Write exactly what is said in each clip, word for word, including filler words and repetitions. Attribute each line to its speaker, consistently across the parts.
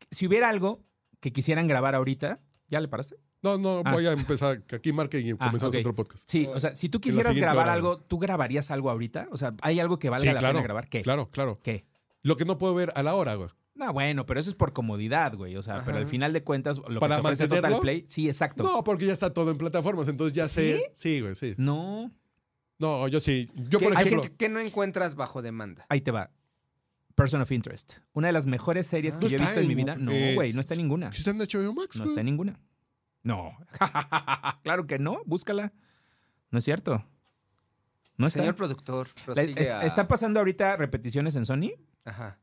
Speaker 1: si hubiera algo que quisieran grabar ahorita, ¿ya le paraste?
Speaker 2: No, no,
Speaker 1: Ah.
Speaker 2: voy a empezar, que aquí marque y
Speaker 1: Ah,
Speaker 2: comenzamos
Speaker 1: ok.
Speaker 2: otro podcast.
Speaker 1: Sí, o sea, si tú
Speaker 2: la
Speaker 1: quisieras
Speaker 2: siguiente
Speaker 1: grabar
Speaker 2: hora.
Speaker 1: algo, ¿tú grabarías algo ahorita? O sea, ¿hay algo que valga
Speaker 2: Sí,
Speaker 1: la
Speaker 2: claro,
Speaker 1: pena grabar? ¿Qué?
Speaker 2: Claro, claro.
Speaker 1: ¿Qué?
Speaker 2: Lo que no puedo ver a la hora, güey.
Speaker 1: No, bueno, pero eso es por comodidad, güey. O sea,
Speaker 3: Ajá.
Speaker 1: pero al final de cuentas, lo
Speaker 2: ¿Para
Speaker 1: que te ofrece
Speaker 2: mantenerlo?
Speaker 1: Total Play, sí, exacto.
Speaker 2: No, porque ya está todo en plataformas, entonces ya
Speaker 1: ¿Sí?
Speaker 2: sé. Sí, güey, sí.
Speaker 1: No.
Speaker 2: No, yo sí. Yo,
Speaker 3: ¿Qué,
Speaker 2: por
Speaker 3: hay
Speaker 2: ejemplo,
Speaker 3: gente que no encuentras bajo demanda?
Speaker 1: Ahí te va. Person of Interest. Una de las mejores series
Speaker 3: Ah.
Speaker 1: que
Speaker 2: No
Speaker 1: yo he
Speaker 2: está
Speaker 1: visto en mi
Speaker 2: en-
Speaker 1: vida. No,
Speaker 2: eh,
Speaker 1: güey, no está en ninguna.
Speaker 2: ¿sí está en H B O Max?
Speaker 1: No
Speaker 2: güey?
Speaker 1: está en ninguna. No. Claro que no. Búscala. No es cierto. No está.
Speaker 3: Señor productor,
Speaker 1: La-
Speaker 3: prosigue
Speaker 1: est-
Speaker 3: a-
Speaker 1: Están pasando ahorita repeticiones en Sony
Speaker 3: Ajá.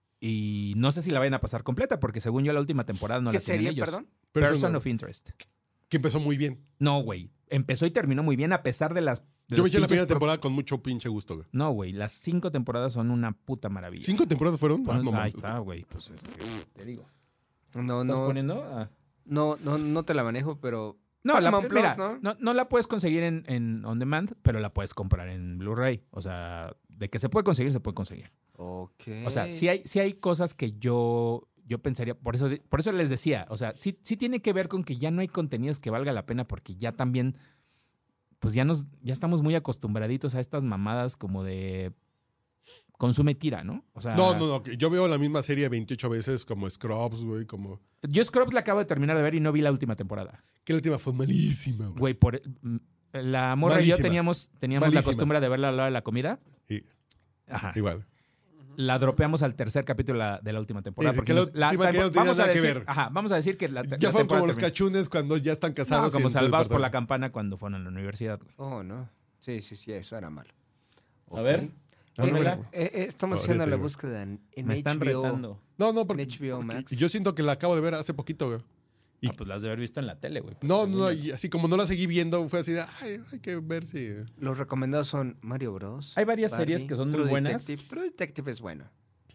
Speaker 1: y no sé si la vayan a pasar completa porque según yo la última temporada no
Speaker 3: ¿Qué
Speaker 1: la tienen
Speaker 3: serie,
Speaker 1: ellos.
Speaker 3: perdón?
Speaker 2: Person,
Speaker 1: Person of Interest.
Speaker 2: que empezó muy bien.
Speaker 1: No, güey. Empezó y terminó muy bien a pesar de las... de
Speaker 2: Yo me
Speaker 1: los
Speaker 2: eché la
Speaker 1: pinches
Speaker 2: primera
Speaker 1: pro-
Speaker 2: temporada con mucho pinche gusto, güey.
Speaker 1: No, güey. Las cinco temporadas son una puta maravilla.
Speaker 2: ¿Cinco temporadas fueron? Ah, no,
Speaker 1: Ahí
Speaker 2: mames.
Speaker 1: está, güey. Pues este, te digo.
Speaker 3: No,
Speaker 1: ¿Estás
Speaker 3: no,
Speaker 1: poniendo? Ah.
Speaker 3: no, no, no te la manejo, pero
Speaker 1: No, la,
Speaker 3: Paramount Plus,
Speaker 1: mira,
Speaker 3: ¿no?
Speaker 1: ¿no? No la puedes conseguir en, en On Demand, pero la puedes comprar en Blu-ray. O sea, de que se puede conseguir, se puede conseguir.
Speaker 3: Ok.
Speaker 1: O sea, sí hay, sí hay cosas que yo, yo pensaría, por eso, por eso les decía, o sea, sí, sí tiene que ver con que ya no hay contenidos que valga la pena porque ya también, pues ya nos, ya estamos muy acostumbraditos a estas mamadas como de consume y tira, ¿no? O sea,
Speaker 2: No, no, no. que Yo veo la misma serie veintiocho veces como Scrubs, güey, como...
Speaker 1: yo Scrubs la acabo de terminar de ver y no vi la última temporada.
Speaker 2: Que la última fue malísima, güey.
Speaker 1: Güey, por mm, la morra y yo
Speaker 2: Malísima.
Speaker 1: teníamos, teníamos la
Speaker 2: Malísima.
Speaker 1: costumbre de verla a la hora de la comida.
Speaker 2: Y-
Speaker 1: Ajá.
Speaker 2: igual.
Speaker 1: La dropeamos al tercer capítulo de la, de la última temporada.
Speaker 2: Sí, sí,
Speaker 1: porque
Speaker 2: que la
Speaker 1: nos- la-
Speaker 2: última que ya no tenía
Speaker 1: vamos a
Speaker 2: nada que
Speaker 1: decir,
Speaker 2: ver.
Speaker 1: ajá, vamos a decir que la,
Speaker 2: Ya
Speaker 1: la
Speaker 2: fueron como
Speaker 1: temporada
Speaker 2: los
Speaker 1: terminó.
Speaker 2: cachunes cuando ya están casados.
Speaker 1: No,
Speaker 2: y
Speaker 1: como
Speaker 2: en su
Speaker 1: salvados por la
Speaker 2: departamento.
Speaker 1: campana cuando fueron a la universidad, güey.
Speaker 3: Oh, no. Sí, sí, sí, eso era malo.
Speaker 1: A ver.
Speaker 2: Ah,
Speaker 3: Eh,
Speaker 2: no,
Speaker 3: eh,
Speaker 2: güey.
Speaker 3: eh, eh, estamos
Speaker 2: Ahorita
Speaker 3: haciendo la
Speaker 2: te digo.
Speaker 3: búsqueda en, en
Speaker 1: Me están
Speaker 3: H B O.
Speaker 1: retando.
Speaker 2: No, no, porque,
Speaker 3: En H B O
Speaker 2: porque
Speaker 3: Max.
Speaker 2: yo siento que la acabo de ver hace poquito, güey. Y-
Speaker 1: Ah, pues las de haber visto en la tele, güey.
Speaker 2: No,
Speaker 1: Según
Speaker 2: no,
Speaker 1: yo.
Speaker 2: y así como no la seguí viendo, fue así de, ay, hay que ver si...
Speaker 3: Los recomendados son Mario Bros.
Speaker 1: Hay varias
Speaker 3: Barbie,
Speaker 1: series que son muy
Speaker 3: True
Speaker 1: buenas.
Speaker 3: Detective. True Detective es bueno.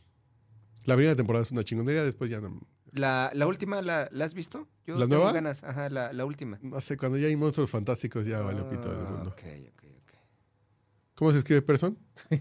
Speaker 2: La primera temporada es una chingonería, después ya no...
Speaker 3: La, la última, la, ¿la has visto? Yo
Speaker 2: ¿La
Speaker 3: tengo
Speaker 2: nueva?
Speaker 3: ganas. Ajá, la, la última.
Speaker 2: No sé, cuando ya hay monstruos fantásticos ya valió pito el
Speaker 3: Ah,
Speaker 2: mundo.
Speaker 3: Ok, ok, ok.
Speaker 2: ¿Cómo se escribe person?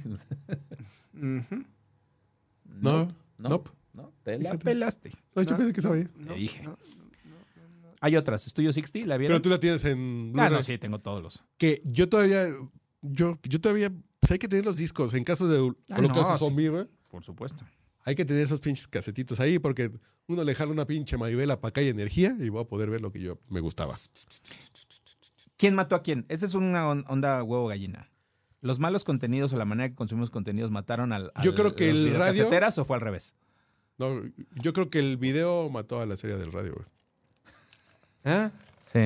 Speaker 3: Ujú.
Speaker 2: No,
Speaker 1: no,
Speaker 2: nope.
Speaker 1: no, te la
Speaker 2: Fíjate.
Speaker 1: pelaste.
Speaker 2: No, yo
Speaker 3: No,
Speaker 2: pensé que estaba ahí.
Speaker 3: No,
Speaker 1: Te dije.
Speaker 3: no, no.
Speaker 1: Hay otras. Studio sesenta, ¿la vieron?
Speaker 2: Pero tú la tienes en...
Speaker 1: Ah,
Speaker 2: Blu-ray.
Speaker 1: no, sí, tengo todos los.
Speaker 2: Que yo todavía... Yo, yo todavía... Pues hay que tener los discos. En caso de
Speaker 1: Ah,
Speaker 2: holocausto
Speaker 1: no, sí.
Speaker 2: zombie, güey.
Speaker 1: Por supuesto.
Speaker 2: Hay que tener esos pinches casetitos ahí porque uno le jala una pinche manivela para acá y energía y voy a poder ver lo que yo me gustaba.
Speaker 1: ¿Quién mató a quién? Esa es una on- onda huevo gallina. ¿Los malos contenidos o la manera que consumimos contenidos mataron al, al
Speaker 2: Yo creo que
Speaker 1: los
Speaker 2: el radio-
Speaker 1: videocaseteras o fue al revés?
Speaker 2: No, yo creo que el video mató a la serie del radio, güey.
Speaker 3: ¿Ah?
Speaker 1: Sí.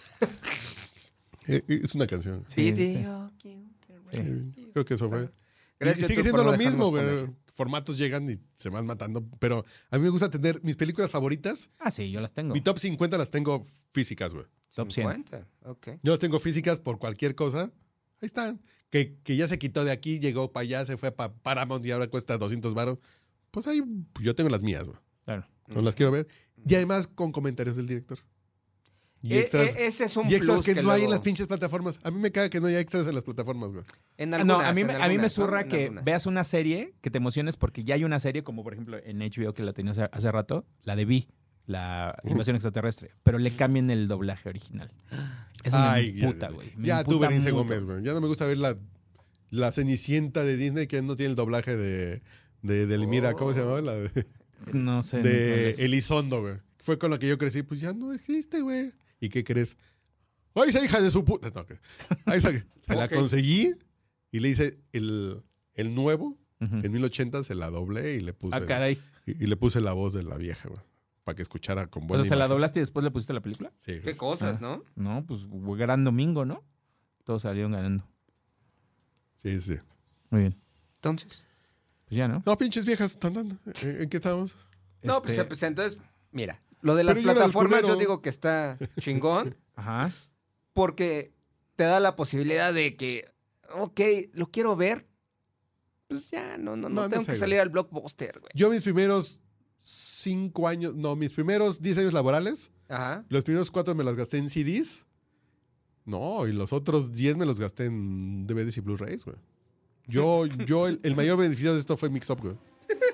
Speaker 2: Eh, Es una canción.
Speaker 1: Sí,
Speaker 3: Video Killed the
Speaker 1: Sí.
Speaker 3: Radio.
Speaker 2: Creo que eso fue.
Speaker 3: Gracias,
Speaker 2: y sigue
Speaker 3: YouTube,
Speaker 2: siendo
Speaker 3: por no
Speaker 2: lo mismo,
Speaker 3: dejarnos
Speaker 2: güey.
Speaker 3: poner.
Speaker 2: Formatos llegan y se van matando. Pero a mí me gusta tener mis películas favoritas.
Speaker 1: Ah, sí, yo las tengo.
Speaker 2: Mi top cincuenta las tengo físicas, güey.
Speaker 1: Top cien.
Speaker 3: cincuenta, ok.
Speaker 2: Yo las tengo físicas por cualquier cosa. Ahí están. Que, que ya se quitó de aquí, llegó para allá, se fue para Paramount y ahora cuesta doscientos baros. Pues ahí yo tengo las mías, güey.
Speaker 1: Claro.
Speaker 2: No las quiero ver. Y además con comentarios del director. Y
Speaker 3: E-
Speaker 2: extras,
Speaker 3: e- ese es un
Speaker 2: y extras
Speaker 3: plus
Speaker 2: que,
Speaker 3: que
Speaker 2: no hay en
Speaker 3: luego-
Speaker 2: las pinches plataformas. A mí me caga que no haya extras en las plataformas, güey.
Speaker 3: En
Speaker 1: Ah,
Speaker 3: algunas,
Speaker 1: no, a mí,
Speaker 3: en
Speaker 1: me- a mí me
Speaker 3: algunas, ¿no?
Speaker 1: surra
Speaker 3: En
Speaker 1: que
Speaker 3: algunas.
Speaker 1: veas una serie, que te emociones porque ya hay una serie, como por ejemplo en H B O que la tenía hace, hace rato, la de Vi, la invasión extraterrestre, pero le cambien el doblaje original. Eso
Speaker 2: Ay,
Speaker 1: me
Speaker 2: ya,
Speaker 1: emputa,
Speaker 2: ya,
Speaker 1: güey. Me
Speaker 2: Ya tú,
Speaker 1: emputa
Speaker 2: Berenice
Speaker 1: mucho.
Speaker 2: Gómez, güey. Ya no me gusta ver la, la Cenicienta de Disney que no tiene el doblaje de, de, de Mira, ¿cómo se llamaba? La de,
Speaker 1: No sé. ni
Speaker 2: de
Speaker 1: cuál es.
Speaker 2: Elizondo, güey. Fue con la que yo crecí. Pues ya no existe, güey. ¿Y qué crees? ¡Ay, esa hija de su puta! No, que- Ahí se, se la
Speaker 3: Ok.
Speaker 2: conseguí y le hice el, el nuevo.
Speaker 1: Ujú.
Speaker 2: En mil ochenta se la doblé y le puse,
Speaker 1: Ah, caray.
Speaker 2: y, y le puse la voz de la vieja, güey. Para que escuchara con buena
Speaker 1: Pero se la
Speaker 2: imagen.
Speaker 1: doblaste y después le pusiste la película.
Speaker 2: Sí, güey.
Speaker 3: Qué cosas,
Speaker 1: Ah.
Speaker 3: ¿no?
Speaker 1: No, pues güey, gran domingo, ¿no? Todos salieron ganando.
Speaker 2: sí, sí.
Speaker 1: Muy bien.
Speaker 3: Entonces.
Speaker 1: Pues ya, ¿no?
Speaker 2: No, pinches viejas. ¿Tan, tan? ¿En, en qué estamos?
Speaker 3: No,
Speaker 1: Este,
Speaker 3: pues, pues, entonces, mira, lo de las
Speaker 2: Pero yo era el
Speaker 3: plataformas yo
Speaker 2: culero.
Speaker 3: digo que está chingón
Speaker 1: Ajá.
Speaker 3: porque te da la posibilidad de que, ok, lo quiero ver, pues ya, no, no, no,
Speaker 2: No, no
Speaker 3: tengo
Speaker 2: sé,
Speaker 3: que
Speaker 2: güey.
Speaker 3: salir al blockbuster, güey.
Speaker 2: Yo mis primeros cinco años, no, mis primeros diez años laborales,
Speaker 3: Ajá.
Speaker 2: los primeros cuatro me los gasté en C Ds. No, y los otros diez me los gasté en D V Ds y Blu-rays, güey. Yo, yo, el, el mayor beneficio de esto fue Mix Up, güey.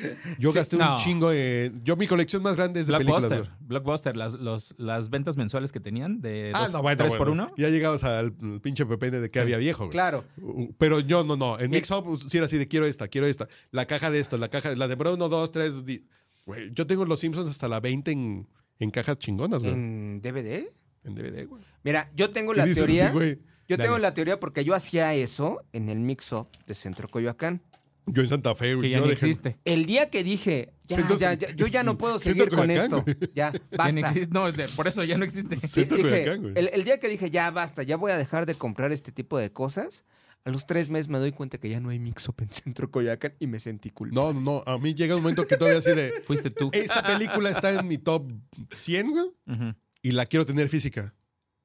Speaker 2: Yo
Speaker 1: Sí,
Speaker 2: gasté
Speaker 1: no.
Speaker 2: un chingo en... Yo mi colección más grande es de películas,
Speaker 1: Blockbuster.
Speaker 2: güey.
Speaker 1: Blockbuster, las, los, las ventas mensuales que tenían de
Speaker 2: Ah,
Speaker 1: dos,
Speaker 2: no, bueno,
Speaker 1: tres
Speaker 2: bueno.
Speaker 1: por uno.
Speaker 2: Ya llegabas al pinche pepene de que
Speaker 1: Sí.
Speaker 2: había viejo, güey.
Speaker 3: Claro.
Speaker 2: Uh, Pero yo no, no. En
Speaker 3: Mira.
Speaker 2: Mix Up sí era así de quiero esta, quiero esta. La caja de esto, la caja, la de uno, dos, tres. di- Güey, yo tengo los Simpsons hasta la veinte en, en cajas chingonas, güey. En,
Speaker 3: ¿En D V D?
Speaker 2: D V D, güey.
Speaker 3: Mira, yo tengo
Speaker 2: Y
Speaker 3: la
Speaker 2: dices
Speaker 3: teoría.
Speaker 2: así, güey,
Speaker 3: yo tengo
Speaker 1: Dale.
Speaker 3: la teoría porque yo hacía eso en el mix-up de Centro Coyoacán.
Speaker 2: yo en Santa Fe,
Speaker 1: Que
Speaker 2: güey.
Speaker 1: ya
Speaker 2: yo
Speaker 1: no
Speaker 2: dejé-
Speaker 1: existe.
Speaker 3: El día que dije, ya,
Speaker 2: Centro-
Speaker 3: ya, ya, yo ya no puedo
Speaker 2: Centro
Speaker 3: seguir con
Speaker 2: Coyoacán,
Speaker 3: esto.
Speaker 2: güey.
Speaker 3: Ya,
Speaker 1: Ya no
Speaker 3: basta.
Speaker 1: existe. No, de- por eso ya no existe.
Speaker 3: Sí,
Speaker 2: Centro
Speaker 3: dije,
Speaker 2: Coyoacán, güey.
Speaker 3: el, el día que dije, ya basta, ya voy a dejar de comprar este tipo de cosas, a los tres meses me doy cuenta que ya no hay mix-up en Centro Coyoacán y me sentí culpable.
Speaker 2: No, no, no. A mí llega un momento que todavía así de...
Speaker 1: Fuiste tú.
Speaker 2: Esta película está en mi top cien, güey.
Speaker 1: Ujú.
Speaker 2: Y la quiero tener física.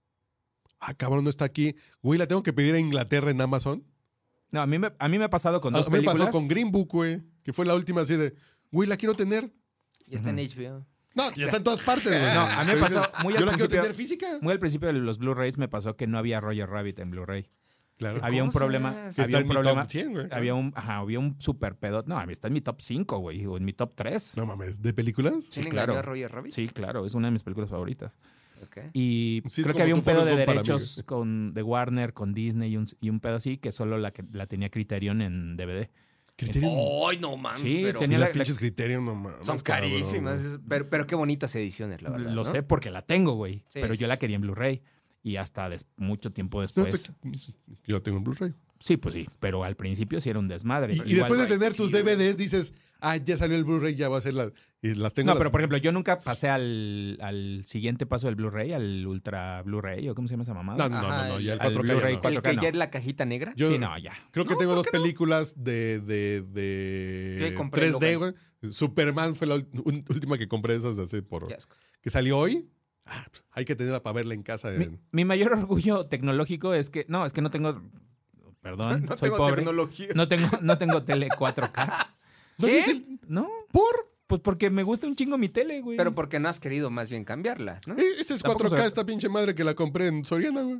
Speaker 2: Ah, cabrón, no está aquí. Güey, la tengo que pedir a Inglaterra en Amazon.
Speaker 1: No, a mí, me, a mí me ha pasado con
Speaker 2: A
Speaker 1: dos
Speaker 2: mí me
Speaker 1: películas.
Speaker 2: pasó con Green Book, güey. Que fue la última así de... Güey, la quiero tener.
Speaker 3: Ya está en H B O.
Speaker 2: No, ya está en todas partes, güey.
Speaker 1: No, a mí me
Speaker 2: Pero
Speaker 1: pasó
Speaker 2: dices,
Speaker 1: muy al
Speaker 2: Yo la quiero
Speaker 1: principio-
Speaker 2: tener física.
Speaker 1: Muy al principio de los Blu-rays me pasó que no había Roger Rabbit en Blu-ray.
Speaker 2: Claro.
Speaker 1: Había un
Speaker 3: cosas?
Speaker 1: problema.
Speaker 3: Está
Speaker 1: Había
Speaker 2: Está
Speaker 1: un
Speaker 2: en mi
Speaker 1: problema.
Speaker 2: top cien, güey.
Speaker 1: Había un, ajá, había un super pedo. No, está en mi top cinco, güey. O en mi top tres.
Speaker 2: No mames, ¿de películas?
Speaker 1: Sí,
Speaker 3: ¿Quién
Speaker 1: claro.
Speaker 3: engañó a Roger Rabbit?
Speaker 1: Sí, claro. Es una de mis películas favoritas.
Speaker 3: Ok.
Speaker 1: Y
Speaker 2: Sí, es
Speaker 1: creo
Speaker 2: como
Speaker 1: que había
Speaker 2: tú
Speaker 1: un pedo
Speaker 2: Forrest
Speaker 1: de
Speaker 2: Gump para mí,
Speaker 1: derechos con, de Warner, con Disney y un, y un pedo así que solo la, que, la tenía Criterion en D V D.
Speaker 2: Criterion.
Speaker 3: ¡Ay, no mames!
Speaker 1: Sí,
Speaker 3: pero
Speaker 2: Y
Speaker 1: tenía
Speaker 2: las
Speaker 1: la- la-
Speaker 2: pinches Criterion, no mames.
Speaker 3: son
Speaker 2: cabrón,
Speaker 3: carísimas.
Speaker 2: güey.
Speaker 3: es- pero, pero qué bonitas ediciones, la verdad.
Speaker 1: Lo
Speaker 3: ¿no?
Speaker 1: sé porque la tengo, güey.
Speaker 3: Sí,
Speaker 1: pero
Speaker 3: sí.
Speaker 1: yo la quería en Blu-ray. Y hasta des- mucho tiempo
Speaker 2: No,
Speaker 1: después.
Speaker 2: te- Yo la tengo en Blu-ray.
Speaker 1: Sí, pues sí. Pero al principio sí era un desmadre.
Speaker 2: Y,
Speaker 1: Pero
Speaker 2: y
Speaker 1: igual,
Speaker 2: después de
Speaker 1: güey,
Speaker 2: tener
Speaker 1: sí,
Speaker 2: tus
Speaker 1: güey.
Speaker 2: D V Ds, dices, ah, ya salió el Blu-ray, ya voy a hacer las. Y las tengo.
Speaker 1: No,
Speaker 2: las-
Speaker 1: pero por ejemplo, yo nunca pasé al, al siguiente paso del Blu-ray, al Ultra Blu-ray, o cómo se llama esa mamada.
Speaker 2: No, no, no,
Speaker 3: Ajá,
Speaker 2: no, no, ya el
Speaker 1: el
Speaker 2: cuatro K.
Speaker 1: Blu-ray
Speaker 2: ya no.
Speaker 1: cuatro-
Speaker 3: El que
Speaker 1: no.
Speaker 3: ya es la cajita negra.
Speaker 2: Yo
Speaker 1: Sí, no, ya.
Speaker 2: creo que
Speaker 3: No,
Speaker 2: tengo
Speaker 3: ¿por
Speaker 2: dos
Speaker 3: qué no?
Speaker 2: películas de, de,
Speaker 3: Yo ahí
Speaker 2: de
Speaker 3: compré
Speaker 2: tres D,
Speaker 3: Logan.
Speaker 2: güey. Superman fue la ul- última que compré esas de hace por.
Speaker 3: Qué asco.
Speaker 2: Que salió hoy. Ah, pues, hay que tenerla para verla en casa.
Speaker 1: Mi,
Speaker 2: en-
Speaker 1: mi mayor orgullo tecnológico es que. No, es que no tengo. Perdón,
Speaker 3: No
Speaker 1: soy
Speaker 3: tengo
Speaker 1: pobre.
Speaker 3: tecnología.
Speaker 1: No tengo, no tengo tele cuatro K.
Speaker 2: ¿No
Speaker 3: ¿Qué?
Speaker 2: viste el-
Speaker 1: ¿No?
Speaker 2: ¿Por?
Speaker 1: Pues porque me gusta un chingo mi tele, güey.
Speaker 3: Pero porque no has querido más bien cambiarla, ¿no?
Speaker 2: Eh, Este es
Speaker 1: Tampoco
Speaker 2: cuatro K,
Speaker 1: se-
Speaker 2: esta pinche madre que la compré en Soriana, güey.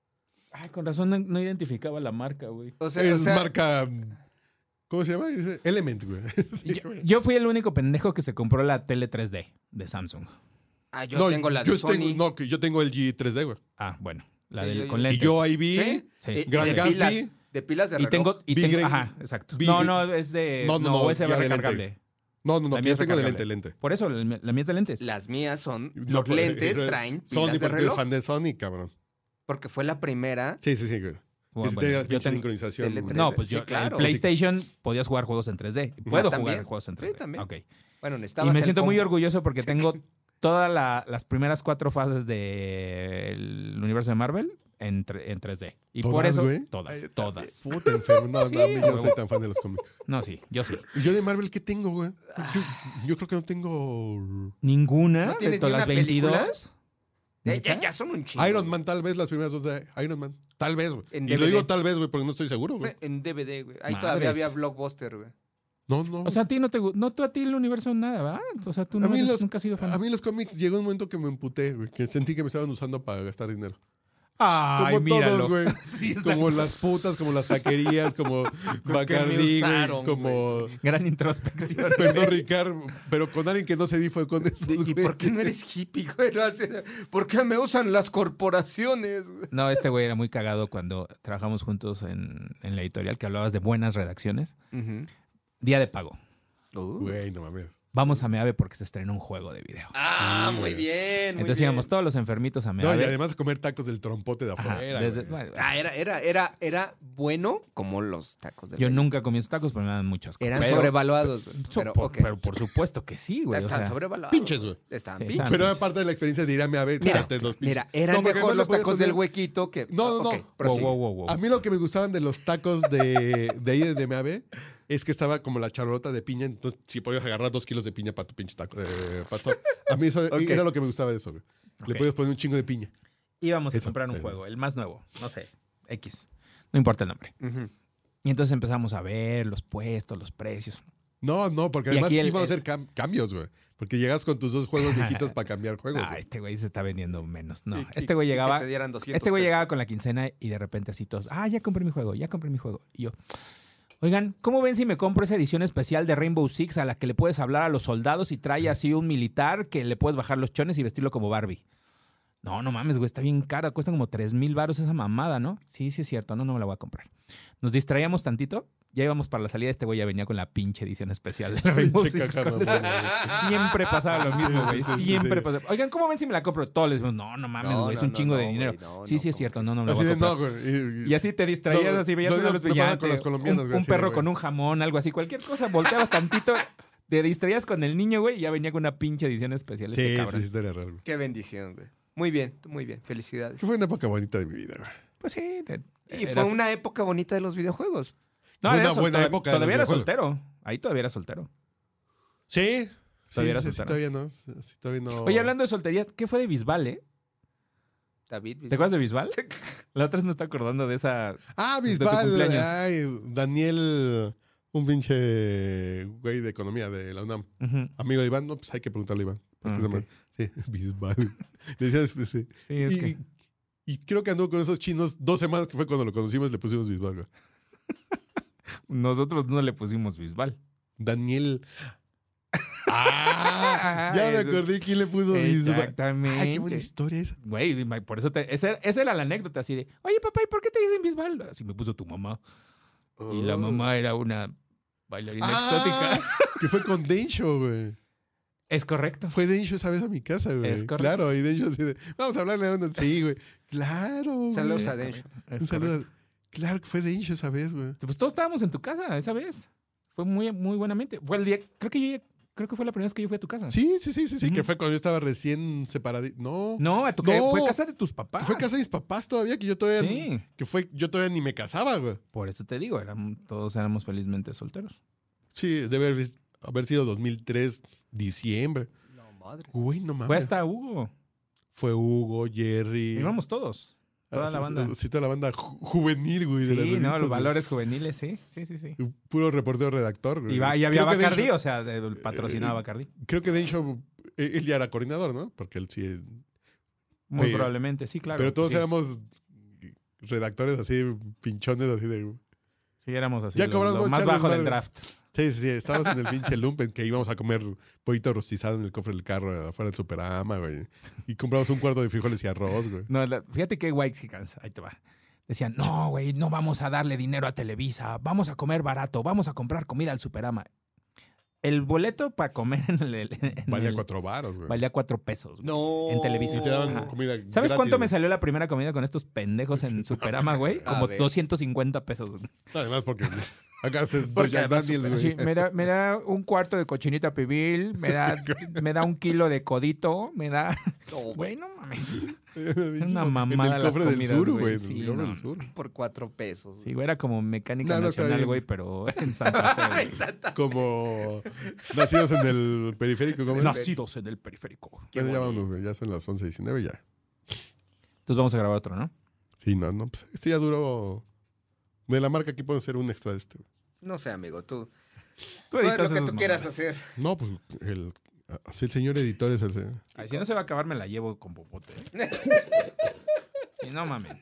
Speaker 1: Ay, con razón no, no identificaba la marca, güey.
Speaker 3: O sea,
Speaker 2: Es
Speaker 3: o sea,
Speaker 2: marca. ¿Cómo se llama? Dice Element, güey.
Speaker 1: Yo, yo fui el único pendejo que se compró la tele tres D de Samsung.
Speaker 3: ah, yo
Speaker 2: no,
Speaker 3: tengo la de
Speaker 2: yo
Speaker 3: Sony.
Speaker 2: tengo, no, que yo tengo el G tres D, güey.
Speaker 1: Ah, bueno. La
Speaker 3: Sí,
Speaker 1: del,
Speaker 3: yo-
Speaker 1: con
Speaker 3: yo-
Speaker 2: Y
Speaker 1: lentes.
Speaker 2: yo ahí vi.
Speaker 3: ¿Sí?
Speaker 1: Sí.
Speaker 3: Eh,
Speaker 2: Gran
Speaker 3: de
Speaker 2: Gatsby.
Speaker 3: pilas, de pilas de
Speaker 1: Y
Speaker 3: reloj.
Speaker 1: tengo, y
Speaker 2: Big
Speaker 1: tengo,
Speaker 2: Green-
Speaker 1: ajá, exacto.
Speaker 2: Big
Speaker 1: no,
Speaker 2: Green-
Speaker 1: no, es de,
Speaker 2: No,
Speaker 1: no,
Speaker 2: no, no,
Speaker 1: U S B
Speaker 2: ya de lente.
Speaker 1: recargable.
Speaker 2: No, no, no,
Speaker 1: La
Speaker 2: que
Speaker 1: mía
Speaker 2: yo
Speaker 1: es
Speaker 2: tengo de
Speaker 1: recargable.
Speaker 2: lente, lente.
Speaker 1: Por eso, la, la mía es de lentes.
Speaker 3: Las mías son,
Speaker 2: No,
Speaker 3: los
Speaker 2: pues,
Speaker 3: lentes
Speaker 2: eh,
Speaker 3: traen
Speaker 2: Sony,
Speaker 3: pilas de
Speaker 2: porque eres
Speaker 3: reloj.
Speaker 2: fan de Sony, cabrón.
Speaker 3: Porque fue la primera.
Speaker 2: Sí, sí, sí, güey.
Speaker 1: Bueno,
Speaker 2: que si
Speaker 1: bueno,
Speaker 2: tengas
Speaker 1: yo
Speaker 2: pinche
Speaker 1: tengo-
Speaker 2: sincronización.
Speaker 3: Tele tres.
Speaker 1: no, pues
Speaker 3: Sí,
Speaker 1: yo,
Speaker 3: claro.
Speaker 1: el PlayStation podías jugar juegos en tres D. Puedo
Speaker 3: también.
Speaker 1: jugar juegos en
Speaker 3: Sí,
Speaker 1: tres D.
Speaker 3: también.
Speaker 1: Ok.
Speaker 3: Bueno,
Speaker 1: Y
Speaker 3: necesitabas
Speaker 1: me
Speaker 3: el
Speaker 1: siento muy
Speaker 3: combo.
Speaker 1: orgulloso porque tengo todas la- las primeras cuatro fases del universo de Marvel en, tre- en tres D. Y por
Speaker 2: ¿Todas,
Speaker 1: eso,
Speaker 2: güey?
Speaker 1: todas,
Speaker 3: Ay,
Speaker 1: todas.
Speaker 2: Puta enfermo. No, no, a mí yo no soy tan fan de los cómics.
Speaker 1: No, sí, yo sí.
Speaker 2: ¿Y yo de Marvel qué tengo, güey? Yo, yo creo que no tengo.
Speaker 1: ¿Ninguna
Speaker 3: ¿No
Speaker 1: de
Speaker 3: tienes
Speaker 1: todas
Speaker 3: ni
Speaker 1: las
Speaker 3: una película?
Speaker 1: veintidós?
Speaker 3: Ya,
Speaker 1: ¿Neta?
Speaker 3: ya, ya son un chingo.
Speaker 2: Iron Man, tal vez, las primeras dos de Iron Man. Tal vez, güey.
Speaker 3: En
Speaker 2: Y
Speaker 3: D V D.
Speaker 2: lo digo tal vez, güey, porque no estoy seguro, güey.
Speaker 3: En D V D, güey. Ahí
Speaker 1: Madres.
Speaker 3: todavía había Blockbuster, güey.
Speaker 2: No, no.
Speaker 1: O sea, a ti no te gu- no tú a ti el universo nada, ¿va? O sea, tú
Speaker 2: a
Speaker 1: no
Speaker 2: mí,
Speaker 1: eres-
Speaker 2: los,
Speaker 1: nunca has sido fan.
Speaker 2: a mí los cómics llegó un momento que me emputé, güey. Que sentí que me estaban usando para gastar dinero.
Speaker 1: Ay,
Speaker 2: Como
Speaker 1: míralo.
Speaker 2: todos, güey.
Speaker 1: Sí,
Speaker 2: Como
Speaker 1: exacto.
Speaker 2: las putas, como las taquerías, como
Speaker 3: me
Speaker 2: Bacardí, güey,
Speaker 3: usaron,
Speaker 2: como
Speaker 1: Gran introspección.
Speaker 2: Perdón, Ricardo, pero con alguien que no se di fue con esos,
Speaker 3: ¿Y
Speaker 2: güey.
Speaker 3: por qué no eres hippie, güey? No hace- ¿Por qué me usan las corporaciones, güey?
Speaker 1: No, este güey era muy cagado cuando trabajamos juntos en, en la editorial, que hablabas de buenas redacciones. Día de pago.
Speaker 3: Uh.
Speaker 2: Güey, no mames.
Speaker 1: Vamos a Meave porque se estrenó un juego de video.
Speaker 3: Ah,
Speaker 2: Sí,
Speaker 3: muy
Speaker 2: güey.
Speaker 3: bien, muy
Speaker 1: Entonces
Speaker 3: bien.
Speaker 1: íbamos todos los enfermitos a
Speaker 2: No,
Speaker 1: Meave.
Speaker 2: y además de comer tacos del trompote de
Speaker 1: Ajá,
Speaker 2: afuera.
Speaker 1: desde-
Speaker 2: güey.
Speaker 1: bueno,
Speaker 3: Ah, era, era, era, era bueno como los tacos de
Speaker 1: yo
Speaker 3: relleno.
Speaker 1: nunca comí esos tacos, pero me dan muchos.
Speaker 3: Eran
Speaker 1: pero,
Speaker 3: sobrevaluados, güey.
Speaker 1: so-
Speaker 3: Pero,
Speaker 1: por,
Speaker 3: ok.
Speaker 1: pero por supuesto que sí, güey. o
Speaker 3: Están
Speaker 1: sea,
Speaker 3: sobrevaluados.
Speaker 2: Pinches, güey.
Speaker 3: Están
Speaker 1: Sí,
Speaker 3: pinches.
Speaker 1: están
Speaker 2: Pero era parte de la experiencia de ir a mi ave.
Speaker 3: Mira,
Speaker 2: echarte los pinches.
Speaker 3: Mira, eran
Speaker 2: No, porque
Speaker 3: mejor
Speaker 2: además
Speaker 3: los
Speaker 2: lo podías
Speaker 3: tacos del
Speaker 2: poner-
Speaker 3: huequito que...
Speaker 2: No, no,
Speaker 3: Ok,
Speaker 2: no.
Speaker 1: wow,
Speaker 3: prosigue.
Speaker 1: wow, wow, wow.
Speaker 2: A mí lo que me gustaban de los tacos de, de ahí de mi ave es que estaba como la charlota de piña. Entonces, si podías agarrar dos kilos de piña para tu pinche taco de pastor. A mí eso
Speaker 3: Ok.
Speaker 2: era lo que me gustaba de eso, güey. Le
Speaker 1: Ok.
Speaker 2: podías poner un chingo de piña.
Speaker 1: Íbamos a
Speaker 2: Eso,
Speaker 1: comprar un
Speaker 2: sí.
Speaker 1: juego, el más nuevo, no sé, X. No importa el nombre.
Speaker 3: Ujú.
Speaker 1: Y entonces empezamos a ver los puestos, los precios.
Speaker 2: No, no, porque
Speaker 1: Y
Speaker 2: además
Speaker 1: aquí el-
Speaker 2: iban a
Speaker 1: el-
Speaker 2: hacer cam- cambios, güey. Porque llegas con tus dos juegos viejitos para cambiar juegos.
Speaker 1: Ah,
Speaker 2: güey.
Speaker 1: este güey se está vendiendo menos. No,
Speaker 3: Y-
Speaker 1: este
Speaker 3: y-
Speaker 1: güey
Speaker 3: y que
Speaker 1: llegaba...
Speaker 3: te dieran doscientos
Speaker 1: Este güey
Speaker 3: pesos.
Speaker 1: llegaba con la quincena y de repente así todos, ah, ya compré mi juego, ya compré mi juego. Y yo, Oigan, ¿cómo ven si me compro esa edición especial de Rainbow Six a la que le puedes hablar a los soldados y trae así un militar que le puedes bajar los chones y vestirlo como Barbie? No, no mames, güey, está bien cara. Cuesta como tres mil varos esa mamada, ¿no? Sí, sí es cierto. No, no me la voy a comprar. Nos distraíamos tantito. Ya íbamos para la salida. Este güey ya venía con la pinche edición especial de Rainbow
Speaker 2: Pinche
Speaker 1: Six.
Speaker 2: caja,
Speaker 1: Con
Speaker 2: mamá,
Speaker 1: esa-
Speaker 2: güey.
Speaker 1: Siempre pasaba lo
Speaker 2: Sí,
Speaker 1: mismo,
Speaker 2: sí,
Speaker 1: güey.
Speaker 2: sí, sí,
Speaker 1: Siempre
Speaker 2: sí.
Speaker 1: pasaba. Oigan, ¿cómo ven si me la compro? Todos les decimos, no, no mames,
Speaker 3: No,
Speaker 1: güey, es
Speaker 3: no,
Speaker 1: un
Speaker 3: no,
Speaker 1: chingo de
Speaker 3: no,
Speaker 1: dinero.
Speaker 3: güey, no,
Speaker 1: sí, sí
Speaker 3: no,
Speaker 1: es cierto.
Speaker 3: ¿cómo
Speaker 1: No, no me la
Speaker 2: Así
Speaker 1: voy a
Speaker 2: de
Speaker 1: comprar.
Speaker 2: no, güey.
Speaker 1: Y así te distraías,
Speaker 2: So-
Speaker 1: así veías
Speaker 2: so-
Speaker 1: una luz
Speaker 2: me pasa con
Speaker 1: brillante,
Speaker 2: los colombianos,
Speaker 1: un,
Speaker 2: güey,
Speaker 1: un
Speaker 2: así de,
Speaker 1: perro
Speaker 2: güey.
Speaker 1: con un jamón, algo así, cualquier cosa, volteabas tantito, te distraías con el niño, güey, y ya venía con una pinche edición especial este
Speaker 2: Sí,
Speaker 1: cabrón.
Speaker 2: sí, historia real, güey.
Speaker 3: Qué bendición, güey. Muy bien, muy bien. Felicidades.
Speaker 2: Que fue una época bonita de mi vida, güey.
Speaker 1: Pues sí. te-
Speaker 3: Y
Speaker 1: eras-
Speaker 3: fue una época bonita de los videojuegos.
Speaker 1: No,
Speaker 2: fue una
Speaker 1: eras-
Speaker 2: buena
Speaker 1: toda-
Speaker 2: época de
Speaker 1: Todavía
Speaker 2: los
Speaker 1: era
Speaker 2: videojuegos.
Speaker 1: soltero. Ahí todavía era soltero.
Speaker 2: Sí. Sí,
Speaker 1: Todavía era
Speaker 2: sí, sí,
Speaker 1: soltero.
Speaker 2: todavía no. Sí, sí, todavía no.
Speaker 1: Oye, hablando de soltería, ¿qué fue de Bisbal, eh?
Speaker 3: David.
Speaker 1: ¿Te acuerdas de Bisbal? La otra vez me está acordando de esa...
Speaker 2: Ah,
Speaker 1: de tu
Speaker 2: Bisbal.
Speaker 1: cumpleaños.
Speaker 2: Ay, Daniel, un pinche güey de economía de la UNAM.
Speaker 1: Ujú.
Speaker 2: Amigo de Iván, no, pues hay que preguntarle a Iván. Porque
Speaker 1: Ah,
Speaker 2: se
Speaker 1: ok.
Speaker 2: llama- Sí, Bisbal. Le decía después, sí.
Speaker 1: Sí, es
Speaker 2: y,
Speaker 1: que...
Speaker 2: y creo que anduvo con esos chinos dos semanas que fue cuando lo conocimos le pusimos Bisbal, güey.
Speaker 1: Nosotros no le pusimos Bisbal.
Speaker 2: Daniel. Ah, ya me
Speaker 1: Eso-
Speaker 2: acordé quién le puso Bisbal.
Speaker 1: Exactamente.
Speaker 2: Ay, qué buena historia esa.
Speaker 1: Güey, por eso te... Esa, esa era la anécdota así de, oye, papá, ¿y por qué te dicen Bisbal? Así me puso tu mamá. Y la
Speaker 2: Oh.
Speaker 1: mamá era una bailarina
Speaker 2: Ah,
Speaker 1: exótica.
Speaker 2: que fue con Densho, güey.
Speaker 1: Es correcto.
Speaker 2: Fue Densho esa vez a mi casa, güey.
Speaker 1: Es correcto.
Speaker 2: Claro, y Densho así de, vamos a hablarle a uno. Sí, güey. Claro, güey.
Speaker 3: Saludos a
Speaker 1: Es
Speaker 3: Densho.
Speaker 1: correcto, es
Speaker 2: Un saludo.
Speaker 1: correcto.
Speaker 2: Claro que fue Densho esa vez, güey.
Speaker 1: Pues todos estábamos en tu casa esa vez. Fue muy, muy buenamente. Fue el día, creo que yo ya- creo que fue la primera vez que yo fui a tu casa.
Speaker 2: Sí, sí, sí, sí, sí,
Speaker 1: Ujú.
Speaker 2: que fue cuando yo estaba recién separado. No,
Speaker 1: No, a tu
Speaker 2: No.
Speaker 1: fue casa de tus papás.
Speaker 2: fue casa de mis papás todavía, que yo todavía,
Speaker 1: Sí.
Speaker 2: que fue, yo todavía ni me casaba, güey.
Speaker 1: Por eso te digo, éramos, todos éramos felizmente solteros.
Speaker 2: Sí, debe haber, haber sido dos mil tres, diciembre.
Speaker 3: No, madre.
Speaker 2: Güey, no mames.
Speaker 1: Fue hasta Hugo.
Speaker 2: Fue Hugo, Jerry.
Speaker 1: Íbamos todos. Toda
Speaker 2: Ah,
Speaker 1: la
Speaker 2: sí,
Speaker 1: banda.
Speaker 2: Sí, sí, toda la banda ju- juvenil, güey. de las
Speaker 1: Sí, no,
Speaker 2: revistas.
Speaker 1: los valores juveniles, sí. Sí, sí, sí.
Speaker 2: Puro reportero redactor, güey.
Speaker 1: Y, va- y había
Speaker 2: Creo que
Speaker 1: Bacardi,
Speaker 2: Densho-
Speaker 1: o sea, de- patrocinaba a Bacardi.
Speaker 2: Creo que Densho, eh, él ya era coordinador, ¿no? Porque él sí.
Speaker 1: Muy
Speaker 2: Pero-
Speaker 1: probablemente, sí, claro.
Speaker 2: pero todos
Speaker 1: sí.
Speaker 2: éramos redactores así, pinchones, así de.
Speaker 1: Sí, éramos así.
Speaker 2: Ya
Speaker 1: lo-
Speaker 2: cobramos
Speaker 1: lo más
Speaker 2: echarles
Speaker 1: bajo del
Speaker 2: madre.
Speaker 1: draft.
Speaker 2: Sí, sí, sí. Estábamos en el pinche lumpen que íbamos a comer pollito rostizado en el cofre del carro afuera del Superama, güey. Y compramos un cuarto de frijoles y arroz, güey.
Speaker 1: No, la- fíjate qué guay que cansa. Ahí te va. Decían, no, güey, no vamos a darle dinero a Televisa. Vamos a comer barato. Vamos a comprar comida al Superama. El boleto para comer en el... en
Speaker 2: Valía
Speaker 1: el-
Speaker 2: cuatro varos, güey.
Speaker 1: valía cuatro pesos. güey.
Speaker 3: No.
Speaker 1: En Televisa.
Speaker 2: Y te daban
Speaker 1: Ajá.
Speaker 2: comida.
Speaker 1: ¿Sabes
Speaker 2: gratis,
Speaker 1: cuánto me
Speaker 2: güey.
Speaker 1: salió la primera comida con estos pendejos en Superama, güey?
Speaker 3: A
Speaker 1: Como
Speaker 3: ver.
Speaker 1: doscientos cincuenta pesos. güey.
Speaker 2: Además, porque acá se
Speaker 3: Porque
Speaker 2: Jack
Speaker 3: además
Speaker 2: Daniels, güey.
Speaker 1: Sí, me da, me da un cuarto de cochinita pibil, me da, me da un kilo de codito, me da...
Speaker 3: No, güey.
Speaker 1: Güey, no mames.
Speaker 2: Una
Speaker 1: una mamada
Speaker 2: En el
Speaker 1: las
Speaker 2: cofre del
Speaker 1: comidas,
Speaker 2: sur,
Speaker 1: güey.
Speaker 2: güey.
Speaker 1: Sí,
Speaker 2: en el cofre
Speaker 1: no.
Speaker 2: del sur.
Speaker 3: Por cuatro pesos.
Speaker 1: Sí, güey, era como mecánica
Speaker 2: No, no, está
Speaker 1: nacional,
Speaker 2: bien.
Speaker 1: güey, pero en Santa Fe. güey.
Speaker 3: Exacto.
Speaker 2: Como nacidos en el periférico. ¿Cómo es?
Speaker 1: Nacidos en el periférico.
Speaker 3: Qué
Speaker 2: Bueno, ya
Speaker 3: bonito.
Speaker 2: vámonos, güey. Ya son las once diecinueve ya.
Speaker 1: Entonces vamos a grabar otro, ¿no?
Speaker 2: Sí, no, no. Pues este ya duró. De la marca aquí puede ser un extra de este, güey.
Speaker 3: No sé, amigo, tú.
Speaker 1: Tú
Speaker 3: Tú haz
Speaker 1: editas
Speaker 3: lo que
Speaker 1: esas
Speaker 3: tú quieras
Speaker 1: mamadas.
Speaker 3: hacer.
Speaker 2: No, pues el, así el señor editor es el. señor.
Speaker 1: Ay, si no se va a acabar, me la llevo con popote. Y no mames.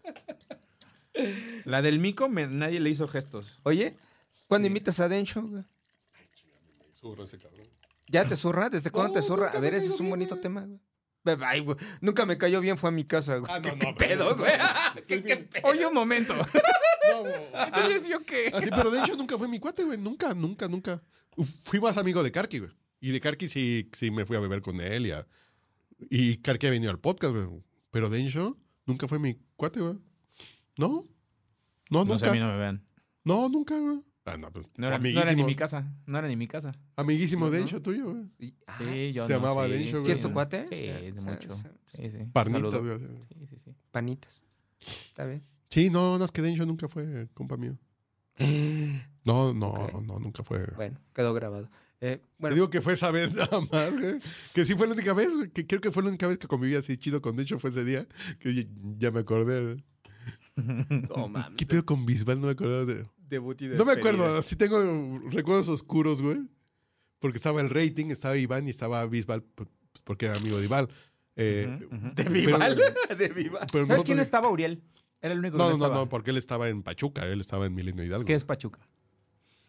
Speaker 1: La del mico, me- nadie le hizo gestos.
Speaker 3: Oye, ¿cuándo invitas a Densho, güey?
Speaker 2: Zurra ese cabrón.
Speaker 3: ¿Ya te zurra? ¿Desde cuándo
Speaker 2: No,
Speaker 3: te zurra?
Speaker 2: nunca
Speaker 3: A
Speaker 2: me
Speaker 3: ver, ese
Speaker 2: cayó
Speaker 3: es un
Speaker 2: bien,
Speaker 3: bonito
Speaker 2: güey.
Speaker 3: tema, güey. Ve- Ay, güey. Nunca me cayó bien, fue a mi casa, güey.
Speaker 2: Ah, no,
Speaker 3: ¿Qué,
Speaker 2: no,
Speaker 3: qué
Speaker 2: pero-
Speaker 3: pedo, güey? ¿Qué, qué pedo?
Speaker 1: Oye, un momento.
Speaker 2: No, güey.
Speaker 1: Entonces, ¿yo qué?
Speaker 2: Así, pero de hecho nunca fue mi cuate, güey. Nunca, nunca, nunca. Uf, Fui más amigo de Karki, güey. Y de Karki sí, sí me fui a beber con él. Y, a- y Karki ha venido al podcast, güey. Pero Densho nunca fue mi cuate, güey. ¿No? No,
Speaker 1: No sé, a
Speaker 2: nunca.
Speaker 1: mí no me vean.
Speaker 2: No, nunca, güey. Ah, no, pues,
Speaker 1: No era, no
Speaker 2: amiguísimo,
Speaker 1: era ni mi casa. No era ni mi casa.
Speaker 2: amiguísimo
Speaker 1: No, no.
Speaker 2: Densho tuyo, güey.
Speaker 3: Sí, ah,
Speaker 1: Sí, yo
Speaker 2: Te
Speaker 1: no,
Speaker 2: amaba
Speaker 1: sí,
Speaker 2: Densho,
Speaker 3: ¿sí
Speaker 2: güey.
Speaker 3: es tu cuate?
Speaker 1: Sí,
Speaker 3: Sí,
Speaker 1: es de
Speaker 3: sí,
Speaker 1: mucho.
Speaker 3: sí.
Speaker 1: Sí, sí.
Speaker 2: Parnitas,
Speaker 1: Saludo.
Speaker 2: güey.
Speaker 1: Sí, sí, sí.
Speaker 3: Panitas. Está bien.
Speaker 2: Sí, no, no es que Densho nunca fue compa mío. No, no,
Speaker 3: Ok.
Speaker 2: no, nunca fue.
Speaker 3: Bueno, quedó grabado. Eh,
Speaker 2: Te
Speaker 3: bueno,
Speaker 2: digo que fue esa vez nada más, güey. Que sí fue la única vez, güey. Que creo que fue la única vez que conviví así chido con Densho fue ese día. Que ya, ya me acordé.
Speaker 3: no mames.
Speaker 2: ¿Qué pedo con Bisbal? No me acuerdo de...
Speaker 3: Debut y
Speaker 2: No me
Speaker 3: despedida.
Speaker 2: acuerdo, sí tengo recuerdos oscuros, güey. Porque estaba el rating, estaba Iván y estaba Bisbal, pues, porque era amigo de Iván. Eh,
Speaker 1: Ujú, ujú.
Speaker 3: De
Speaker 2: pero-
Speaker 3: Vival. De Vival.
Speaker 2: pero
Speaker 1: ¿Sabes
Speaker 2: nosotros-
Speaker 1: quién estaba, Uriel? Era el único que
Speaker 2: No,
Speaker 1: no,
Speaker 2: no,
Speaker 1: estaba.
Speaker 2: no, porque él estaba en Pachuca, él estaba en Milenio Hidalgo.
Speaker 1: ¿Qué es Pachuca?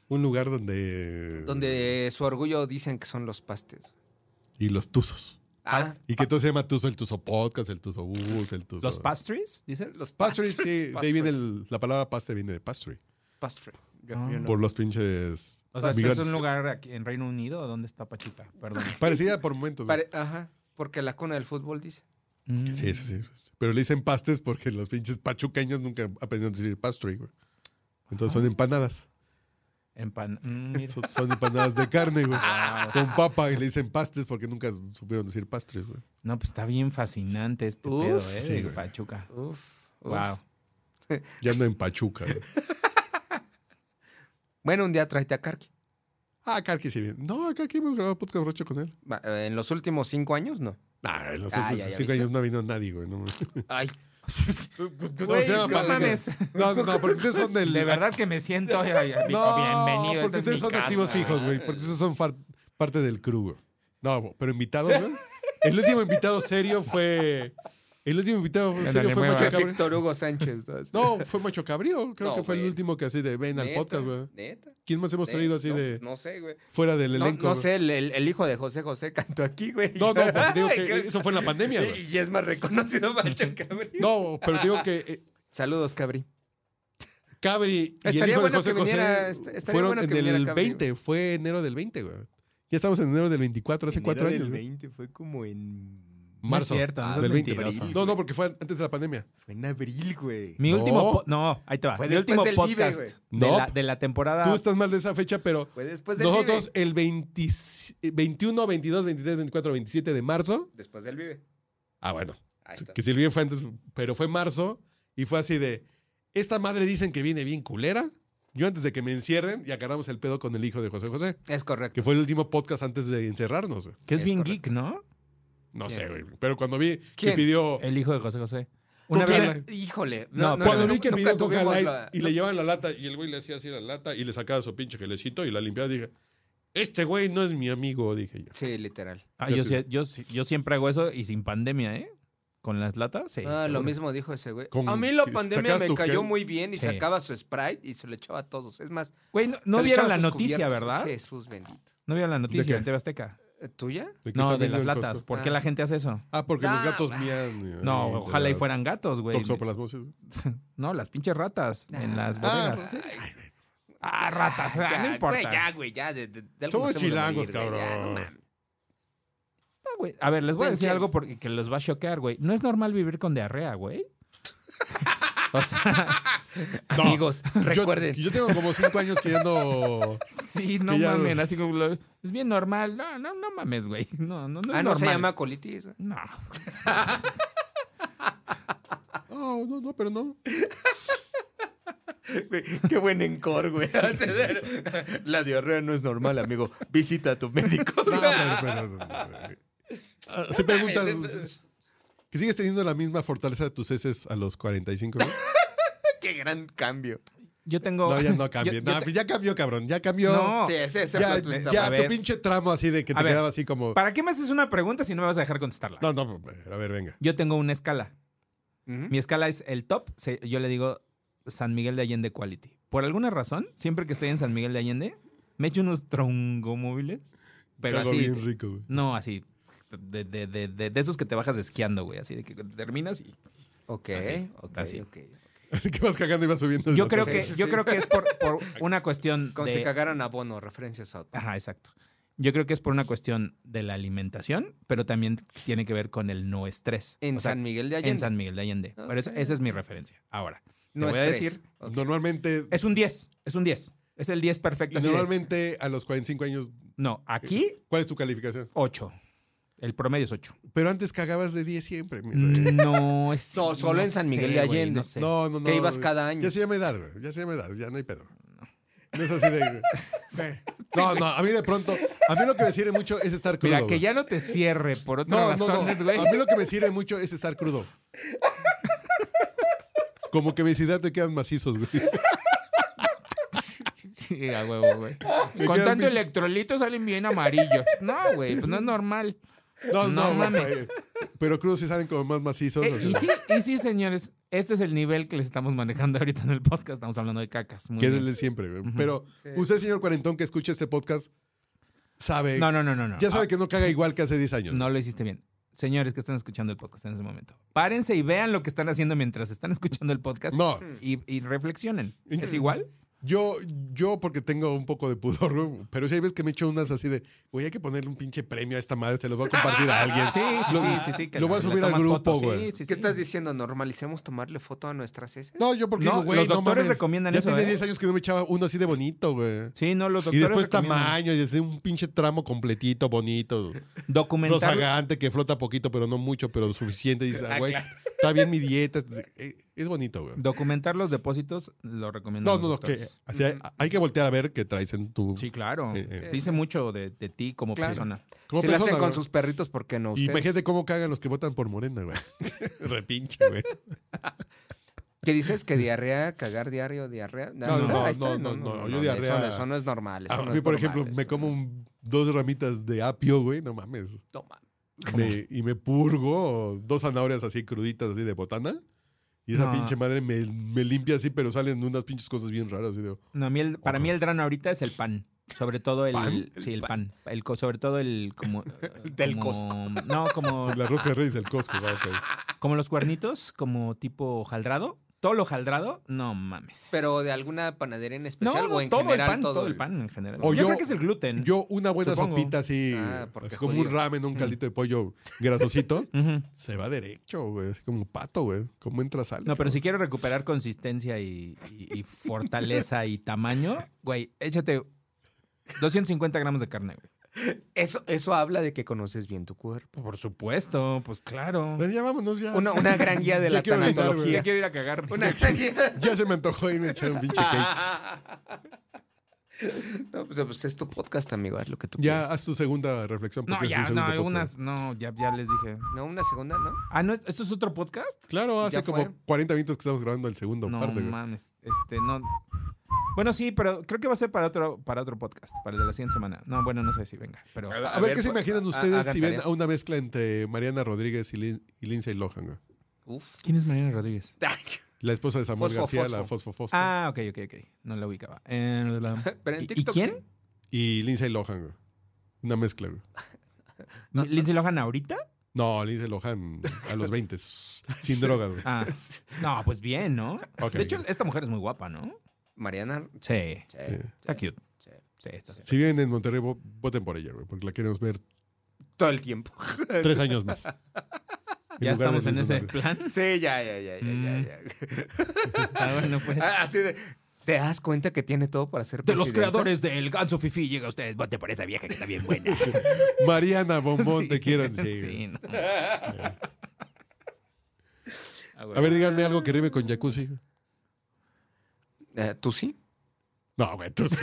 Speaker 2: Un lugar donde...
Speaker 3: Donde su orgullo dicen que son los pastes.
Speaker 2: Y los tuzos.
Speaker 3: Ah,
Speaker 2: Y que todo se llama tuzo, el tuzo podcast, el tuzo bus, el tuzo...
Speaker 1: ¿Los pastries, dices?
Speaker 3: los
Speaker 2: Pastry, sí. De ahí viene
Speaker 3: pastries.
Speaker 2: el- la palabra paste, viene de pastry.
Speaker 3: Pastre. Yo-
Speaker 1: Ah.
Speaker 3: yo no.
Speaker 2: Por los pinches...
Speaker 1: O sea, ¿este
Speaker 2: migrantes.
Speaker 1: es un lugar aquí en Reino Unido o dónde está Pachuca? Perdón.
Speaker 2: Parecida por momentos. güey.
Speaker 3: Pare- Ajá, porque la cuna del fútbol dice.
Speaker 1: Mm.
Speaker 2: Sí, sí, sí. Pero le dicen pastes porque los pinches pachuqueños nunca aprendieron a decir pastry, güey. Entonces son empanadas.
Speaker 1: Empan- mm, mira.
Speaker 2: Son, son empanadas de carne, güey. Con papa y le dicen pastes porque nunca supieron decir pastres, güey.
Speaker 1: No, pues está bien fascinante este
Speaker 3: Uf,
Speaker 1: pedo, ¿eh?
Speaker 2: sí,
Speaker 1: de
Speaker 2: güey.
Speaker 1: Pachuca.
Speaker 3: Uf. uf.
Speaker 1: Wow.
Speaker 2: Ya ando en Pachuca, güey.
Speaker 3: Bueno, un día tráete a Karki.
Speaker 2: Ah, Karki sí bien. No, Karki hemos grabado podcast borracho con él.
Speaker 3: Va, eh, En los últimos cinco años, no.
Speaker 2: Nah, en los
Speaker 3: Ah,
Speaker 2: últimos
Speaker 3: ya, ya,
Speaker 2: cinco
Speaker 3: ¿viste?
Speaker 2: años no ha venido nadie, güey. No,
Speaker 3: Ay.
Speaker 2: No, se llama
Speaker 1: no
Speaker 2: pandemia.
Speaker 1: mames.
Speaker 2: no, no, porque ustedes son del...
Speaker 1: De verdad que me siento ay, ay, ay,
Speaker 2: No,
Speaker 1: bienvenido.
Speaker 2: porque
Speaker 1: esta es
Speaker 2: ustedes
Speaker 1: mi
Speaker 2: son
Speaker 1: casa.
Speaker 2: activos fijos, güey. Porque ustedes son far- parte del crew, güey. No, pero invitados, güey. El último invitado serio fue... El último invitado
Speaker 1: Ándale,
Speaker 2: serio fue
Speaker 1: mueva.
Speaker 2: Macho Cabrío.
Speaker 3: Víctor Hugo Sánchez. ¿no?
Speaker 2: No, fue Macho Cabrío. Creo
Speaker 3: No,
Speaker 2: que fue el
Speaker 3: güey.
Speaker 2: último que así de ven al
Speaker 3: ¿Neta?
Speaker 2: podcast, güey.
Speaker 3: ¿Neta?
Speaker 2: ¿Quién más hemos traído así
Speaker 3: no,
Speaker 2: de
Speaker 3: No sé, güey.
Speaker 2: fuera del
Speaker 3: No,
Speaker 2: elenco?
Speaker 3: no
Speaker 2: güey?
Speaker 3: sé, el, el- el hijo de José José cantó aquí, güey.
Speaker 2: No, no, porque digo
Speaker 3: Ay,
Speaker 2: que
Speaker 3: qué-
Speaker 2: eso fue en la pandemia, güey.
Speaker 3: Y es más reconocido Macho Cabri.
Speaker 2: No, pero digo que eh,
Speaker 3: Saludos, Cabri.
Speaker 2: Cabri y el
Speaker 3: Estaría
Speaker 2: hijo
Speaker 3: bueno
Speaker 2: de José
Speaker 3: que viniera-
Speaker 2: José
Speaker 3: est- estaría
Speaker 2: fueron
Speaker 3: bueno que
Speaker 2: en
Speaker 3: viniera
Speaker 2: el
Speaker 3: Cabri,
Speaker 2: veinte, fue enero del veinte, güey. Ya estamos en enero del veinticuatro, hace cuatro años.
Speaker 3: El
Speaker 2: güey.
Speaker 3: veinte fue como en...
Speaker 2: Marzo.
Speaker 1: No es cierto, no
Speaker 3: Ah,
Speaker 1: seas
Speaker 2: del veinte.
Speaker 1: mentiroso.
Speaker 2: No, no, porque fue antes de la pandemia.
Speaker 3: Fue en abril, güey.
Speaker 1: Mi
Speaker 2: No.
Speaker 1: último... po- No, ahí te va.
Speaker 3: Fue
Speaker 1: Mi
Speaker 3: después
Speaker 1: último
Speaker 3: del Vive,
Speaker 1: podcast
Speaker 3: güey.
Speaker 1: de,
Speaker 2: No.
Speaker 1: la, de la temporada...
Speaker 2: Tú estás mal de esa fecha, pero
Speaker 3: Fue después del
Speaker 2: nosotros
Speaker 3: Vive.
Speaker 2: el veinte, veintiuno, veintidós, veintitrés, veinticuatro, veintisiete de marzo.
Speaker 3: Después del Vive.
Speaker 2: Ah, bueno.
Speaker 3: Ahí está.
Speaker 2: Que si el video fue antes, pero fue marzo y fue así de, esta madre dicen que viene bien culera. Yo antes de que me encierren y agarramos el pedo con el hijo de José José,
Speaker 3: Es correcto.
Speaker 2: que fue el último podcast antes de encerrarnos. güey.
Speaker 1: Que es,
Speaker 3: Es
Speaker 1: bien
Speaker 3: correcto.
Speaker 1: geek, ¿no?
Speaker 2: No
Speaker 3: ¿Quién?
Speaker 2: sé, güey. Pero cuando vi que
Speaker 3: ¿Quién?
Speaker 2: pidió...
Speaker 1: El hijo de José José.
Speaker 2: ¿Con
Speaker 1: Una
Speaker 2: quién?
Speaker 1: vez...
Speaker 2: la-
Speaker 3: Híjole.
Speaker 1: No,
Speaker 2: Cuando
Speaker 3: nu-
Speaker 2: vi que
Speaker 3: nunca
Speaker 2: pidió Coca
Speaker 3: tuvimos
Speaker 2: Light
Speaker 3: la-
Speaker 2: y le llevaban la lata y el güey le hacía así la lata y le sacaba su pinche gelecito y la limpiaba, dije, este güey no es mi amigo, dije yo.
Speaker 3: Sí, literal.
Speaker 1: Ah, yo, sí- yo, sí- yo siempre hago eso y sin pandemia, ¿eh? Con las latas, sí.
Speaker 3: Ah, lo
Speaker 1: seguro.
Speaker 3: mismo dijo ese güey.
Speaker 2: Con-
Speaker 3: A mí la
Speaker 2: que
Speaker 3: pandemia
Speaker 2: sacabas
Speaker 3: me
Speaker 2: tu
Speaker 3: cayó
Speaker 2: gel.
Speaker 3: muy bien y
Speaker 1: Sí.
Speaker 3: sacaba su Sprite y se lo echaba a todos. Es más,
Speaker 1: Güey, no, no
Speaker 3: se le
Speaker 1: vieron
Speaker 3: echaba
Speaker 1: la
Speaker 3: sus
Speaker 1: noticia,
Speaker 3: cubiertos.
Speaker 1: ¿verdad?
Speaker 3: Jesús bendito.
Speaker 1: No vieron la noticia
Speaker 2: qué?
Speaker 1: en T V Azteca.
Speaker 3: ¿Eh, ¿Tuya?
Speaker 2: ¿De qué
Speaker 1: No,
Speaker 2: están
Speaker 1: de
Speaker 2: viendo
Speaker 1: las
Speaker 2: el
Speaker 1: latas.
Speaker 2: Costco?
Speaker 1: ¿Por qué
Speaker 3: Ah.
Speaker 1: la gente hace eso?
Speaker 2: Ah, porque los
Speaker 3: Ah,
Speaker 2: gatos
Speaker 3: bah.
Speaker 2: mían.
Speaker 1: No,
Speaker 2: eh,
Speaker 1: ojalá y
Speaker 2: de-
Speaker 1: fueran gatos, güey.
Speaker 2: Toxo por las voces.
Speaker 1: No, las pinches ratas en las
Speaker 2: Ah,
Speaker 1: bodegas.
Speaker 2: pues,
Speaker 1: Ah, ratas, ah,
Speaker 3: Ya,
Speaker 1: no importa.
Speaker 3: Güey, ya, güey, ya. De, de, de algo
Speaker 2: Somos
Speaker 3: nos hemos de
Speaker 2: chilangos,
Speaker 3: morir, güey, ya,
Speaker 2: cabrón.
Speaker 3: no mames.
Speaker 1: No, güey. A ver, les voy a decir
Speaker 3: Pinche-
Speaker 1: algo porque que los va a choquear, güey. No es normal vivir con diarrea, güey. O sea,
Speaker 2: No,
Speaker 3: Amigos,
Speaker 2: Yo,
Speaker 3: recuerden.
Speaker 2: yo tengo como cinco años que ya no.
Speaker 1: sí, no
Speaker 2: Que ya-
Speaker 1: mames, así como lo- es bien normal. No, no, no mames, güey. No, no, no es
Speaker 3: Ah, no
Speaker 1: normal.
Speaker 3: se llama colitis. güey.
Speaker 1: No.
Speaker 2: No, no, no, pero no.
Speaker 3: Güey, qué buen encore, güey. La diarrea no es normal, amigo. Visita a tu médico.
Speaker 2: No, pero, pero, no, no, güey. Ah, Si preguntas.
Speaker 3: mames,
Speaker 2: ¿Que sigues teniendo la misma fortaleza de tus heces a los cuarenta y cinco? güey?
Speaker 3: Qué gran cambio.
Speaker 1: Yo tengo.
Speaker 2: No, ya no
Speaker 1: yo-
Speaker 2: cambia.
Speaker 1: yo
Speaker 2: No,
Speaker 1: te-
Speaker 2: pues ya cambió, cabrón. Ya cambió.
Speaker 1: No.
Speaker 3: Sí, ese, ese
Speaker 2: ya,
Speaker 3: plot twist está
Speaker 2: ya
Speaker 1: A
Speaker 2: tu
Speaker 1: ver.
Speaker 2: pinche tramo así de que te
Speaker 1: A ver.
Speaker 2: quedaba así como.
Speaker 1: ¿Para qué me haces una pregunta si no me vas a dejar contestarla?
Speaker 2: No, no, a ver, venga.
Speaker 1: Yo tengo una escala.
Speaker 3: Ujú.
Speaker 1: Mi escala es el top. se- Yo le digo San Miguel de Allende Quality. Por alguna razón, siempre que estoy en San Miguel de Allende, me echo unos trongomóviles. Pero
Speaker 2: Cago
Speaker 1: así.
Speaker 2: bien rico, güey.
Speaker 1: No, así. De, de, de, de, de esos que te bajas esquiando, güey. Así de que terminas y.
Speaker 3: Ok,
Speaker 1: Así,
Speaker 3: ok,
Speaker 1: así.
Speaker 3: ok.
Speaker 2: Así que vas cagando y vas subiendo.
Speaker 1: Yo
Speaker 2: la
Speaker 1: creo
Speaker 2: cosa.
Speaker 1: que,
Speaker 3: sí,
Speaker 1: yo
Speaker 3: sí.
Speaker 1: creo que es por, por una cuestión
Speaker 3: Como si
Speaker 1: de.
Speaker 3: cagaran a Bono, referencias a...
Speaker 1: Ajá, exacto. Yo creo que es por una cuestión de la alimentación, pero también tiene que ver con el no estrés.
Speaker 3: En
Speaker 1: O sea,
Speaker 3: San Miguel de Allende.
Speaker 1: En San Miguel de Allende. Por eso,
Speaker 3: Ok.
Speaker 1: esa es mi referencia. Ahora, te
Speaker 3: No
Speaker 1: voy a
Speaker 3: estrés.
Speaker 1: decir,
Speaker 3: Ok.
Speaker 2: Normalmente.
Speaker 1: es un diez, es un diez. Es el diez perfecto.
Speaker 2: Y
Speaker 1: así de-
Speaker 2: normalmente a los cuarenta y cinco años,
Speaker 1: no, aquí,
Speaker 2: ¿cuál es tu calificación?
Speaker 1: ocho. El promedio es ocho.
Speaker 2: Pero antes cagabas de diez siempre. mi rey.
Speaker 1: No es.
Speaker 3: No, solo en San Miguel
Speaker 1: sé,
Speaker 3: de
Speaker 1: güey,
Speaker 3: Allende.
Speaker 1: no sé.
Speaker 2: No, no, no.
Speaker 3: Que ibas
Speaker 2: güey.
Speaker 3: cada año.
Speaker 2: Ya se llama edad, güey. Ya se llama edad. Ya no hay pedo. No es así de. eh. No, no. A mí de pronto. A mí lo que me sirve mucho es estar crudo.
Speaker 1: Mira, que
Speaker 2: güey.
Speaker 1: ya no te cierre por otras
Speaker 2: No, no, no.
Speaker 1: razones, güey.
Speaker 2: A mí lo que me sirve mucho es estar crudo. Como que me te quedan macizos, güey.
Speaker 1: Sí, a huevo, güey.
Speaker 2: Me
Speaker 1: Con
Speaker 2: quedan
Speaker 1: tanto
Speaker 2: pinche-
Speaker 1: electrolito salen bien amarillos. No, güey, pues no es normal.
Speaker 2: No,
Speaker 1: No
Speaker 2: no, güey.
Speaker 1: mames.
Speaker 2: Pero crudos sí salen como más macizos.
Speaker 1: Eh,
Speaker 2: así,
Speaker 1: y sí, y sí, señores, este es el nivel que les estamos manejando ahorita en el podcast. Estamos hablando de cacas. Muy
Speaker 2: que es
Speaker 1: bien.
Speaker 2: el de siempre, güey.
Speaker 1: Ujú.
Speaker 2: Pero
Speaker 3: Sí.
Speaker 2: usted, señor cuarentón, que escucha este podcast, sabe.
Speaker 1: No, no, no, no. no.
Speaker 2: Ya sabe
Speaker 1: Ah,
Speaker 2: que no caga igual que hace diez años.
Speaker 1: no lo hiciste bien. Señores que están escuchando el podcast en ese momento, párense y vean lo que están haciendo mientras están escuchando el podcast
Speaker 2: No,
Speaker 1: y, y reflexionen. ¿Es igual?
Speaker 2: yo, yo porque tengo un poco de pudor, güey. Pero si hay veces que me echo unas así de, güey, hay que ponerle un pinche premio a esta madre, se los voy a compartir a alguien.
Speaker 1: Sí, sí,
Speaker 2: Lo-
Speaker 1: sí, sí, sí. que
Speaker 2: lo
Speaker 1: le-
Speaker 2: voy a
Speaker 1: le
Speaker 2: subir al
Speaker 1: tomas
Speaker 2: grupo,
Speaker 1: fotos.
Speaker 2: güey.
Speaker 1: Sí, sí,
Speaker 3: ¿Qué
Speaker 1: sí.
Speaker 3: estás diciendo? ¿Normalicemos tomarle foto a nuestras heces?
Speaker 2: No, yo porque
Speaker 1: No,
Speaker 2: digo, güey,
Speaker 1: los
Speaker 2: no
Speaker 1: doctores
Speaker 2: mames,
Speaker 1: recomiendan
Speaker 2: ya
Speaker 1: eso,
Speaker 2: tiene
Speaker 1: ¿eh?
Speaker 2: diez años que no me echaba uno así de bonito, güey.
Speaker 1: Sí, no, los
Speaker 2: Y
Speaker 1: doctores
Speaker 2: después
Speaker 1: recomiendan
Speaker 2: tamaño, y así un pinche tramo completito, bonito.
Speaker 1: documentar,
Speaker 2: Rozagante, que flota poquito, pero no mucho, pero suficiente. Y dices, ah, güey, está bien mi dieta. Eh, Es bonito, güey.
Speaker 1: documentar los depósitos lo recomiendan
Speaker 2: No,
Speaker 1: los
Speaker 2: no, no, que
Speaker 1: doctores.
Speaker 2: así hay, hay que voltear a ver qué traes en tu...
Speaker 1: Sí, claro.
Speaker 2: Eh, eh.
Speaker 1: Dice mucho de, de ti como
Speaker 3: Claro.
Speaker 1: persona.
Speaker 2: como
Speaker 3: Si lo hacen
Speaker 2: persona,
Speaker 3: con
Speaker 2: güey.
Speaker 3: sus perritos, ¿por qué no
Speaker 2: Y
Speaker 3: ustedes?
Speaker 2: imagínate cómo cagan los que votan por Morena, güey. Repinche, güey.
Speaker 3: ¿Qué dices? ¿Que diarrea, cagar diario, diarrea?
Speaker 2: No, no,
Speaker 3: ahí está,
Speaker 2: no, no, no, yo
Speaker 3: eso
Speaker 2: diarrea-
Speaker 3: no- Eso no es normal. eso
Speaker 2: A
Speaker 3: no
Speaker 2: mí,
Speaker 3: es
Speaker 2: por
Speaker 3: normal,
Speaker 2: ejemplo,
Speaker 3: eso
Speaker 2: me
Speaker 3: no-
Speaker 2: como un- dos ramitas de apio, güey, no mames.
Speaker 3: No mames.
Speaker 2: Me- y me purgo dos zanahorias así cruditas, así de botana. Y esa
Speaker 1: No.
Speaker 2: pinche madre me, me limpia así, pero salen unas pinches cosas bien raras. Así de,
Speaker 1: No, a mí el- para mí el drano ahorita es el pan. Sobre todo el...
Speaker 2: ¿Pan?
Speaker 1: Sí, el pan. El, co- sobre todo el... Como,
Speaker 3: Del
Speaker 1: como- No, como,
Speaker 2: la rosca de reyes del Costco. va, ok.
Speaker 1: como los cuernitos, como tipo jaldrado. Todo lo jaldrado, no mames.
Speaker 3: Pero de alguna panadería en
Speaker 1: no,
Speaker 3: especial
Speaker 1: no,
Speaker 3: o en
Speaker 1: todo
Speaker 3: general
Speaker 1: el pan, todo, el pan en general.
Speaker 2: O
Speaker 1: yo,
Speaker 2: yo-
Speaker 1: creo que es el gluten.
Speaker 2: Yo una buena
Speaker 1: Supongo.
Speaker 2: sopita así,
Speaker 3: Ah, porque
Speaker 2: así como
Speaker 3: judío.
Speaker 2: un ramen, un caldito de pollo grasosito,
Speaker 1: Ujú.
Speaker 2: se va derecho, güey. Así como pato, güey. Como entra sal.
Speaker 1: No, pero si quiero recuperar consistencia y, y- y fortaleza y tamaño, güey, échate doscientos cincuenta gramos de carne, güey.
Speaker 3: Eso, eso habla de que conoces bien tu cuerpo.
Speaker 1: Por supuesto, pues claro.
Speaker 2: Pues ya vámonos, ya.
Speaker 3: Una, una gran guía de
Speaker 2: Ya
Speaker 3: la
Speaker 2: quiero orinar,
Speaker 1: Ya
Speaker 3: tanatología.
Speaker 1: quiero ir a cagar.
Speaker 3: Una gran guía.
Speaker 2: Ya se me antojó irme a echar un pinche cake.
Speaker 3: No, pues, pues es tu podcast, amigo, haz lo que tú
Speaker 2: Ya
Speaker 3: quieras.
Speaker 2: haz tu segunda reflexión.
Speaker 1: No,
Speaker 2: porque es
Speaker 1: ya,
Speaker 2: tu segundo
Speaker 1: no,
Speaker 2: podcast.
Speaker 1: unas, no, ya, ya les dije.
Speaker 3: No, una segunda, ¿no?
Speaker 1: Ah, no, ¿esto es otro podcast?
Speaker 2: Claro, hace
Speaker 3: Ya
Speaker 2: como
Speaker 3: fue.
Speaker 2: cuarenta minutos que estamos grabando el segundo
Speaker 1: No
Speaker 2: parte, güey.
Speaker 1: mames, este, no. Bueno, sí, pero creo que va a ser para otro, para otro podcast, para el de la siguiente semana. No, bueno, no sé si venga, pero...
Speaker 3: A
Speaker 2: A,
Speaker 3: A
Speaker 2: ver,
Speaker 3: ver,
Speaker 2: ¿qué se
Speaker 3: pues,
Speaker 2: imaginan
Speaker 3: ha-
Speaker 2: ustedes
Speaker 3: hagan
Speaker 2: si ven
Speaker 3: tarea.
Speaker 2: a una mezcla entre Mariana Rodríguez y, Lin- y Lindsay Lohan, güey?
Speaker 3: Uf.
Speaker 1: ¿Quién es Mariana Rodríguez?
Speaker 2: La esposa de Samuel
Speaker 3: Fosfo,
Speaker 2: García,
Speaker 3: fosfo.
Speaker 2: la Fosfo Fosfo.
Speaker 1: Ah, ok, ok, ok. No la ubicaba. Eh, la-
Speaker 3: Pero en
Speaker 1: ¿Y- ¿Y
Speaker 3: TikTok
Speaker 1: quién?
Speaker 3: sí.
Speaker 2: Y Lindsay Lohan, güey. Una mezcla, güey.
Speaker 1: Mi- ¿Lindsay Lohan ahorita?
Speaker 2: No, Lindsay Lohan a los veinte, sin drogas, güey.
Speaker 1: Ah, no, pues bien, ¿no?
Speaker 2: Ok.
Speaker 1: De hecho, esta mujer es muy guapa, ¿no?
Speaker 3: Mariana.
Speaker 1: Sí,
Speaker 3: Sí,
Speaker 1: está cute.
Speaker 3: sí.
Speaker 1: Sí, está sí.
Speaker 2: Si viven en Monterrey, vo- voten por ella, güey, porque la queremos ver
Speaker 3: Todo el tiempo.
Speaker 2: tres años más.
Speaker 1: Ya
Speaker 2: lugar de
Speaker 1: estamos en
Speaker 2: Luis
Speaker 1: ese
Speaker 2: Donaldo.
Speaker 1: plan.
Speaker 3: Sí, ya, ya, ya, ya,
Speaker 1: Mm.
Speaker 3: ya, ya.
Speaker 1: Ah, bueno, pues.
Speaker 3: Ah, Así de. ¿Te das cuenta que tiene todo para ser
Speaker 1: De los
Speaker 3: presidenta?
Speaker 1: creadores del Ganso Fifi llega ustedes. Vote por esa vieja que está bien buena.
Speaker 2: Mariana Bombón,
Speaker 1: Sí,
Speaker 2: te quiero. Sí,
Speaker 1: Sí,
Speaker 2: güey.
Speaker 1: no.
Speaker 2: A ver, díganme algo que rime con jacuzzi.
Speaker 3: Eh, ¿Tú sí?
Speaker 2: No, güey, tú sí.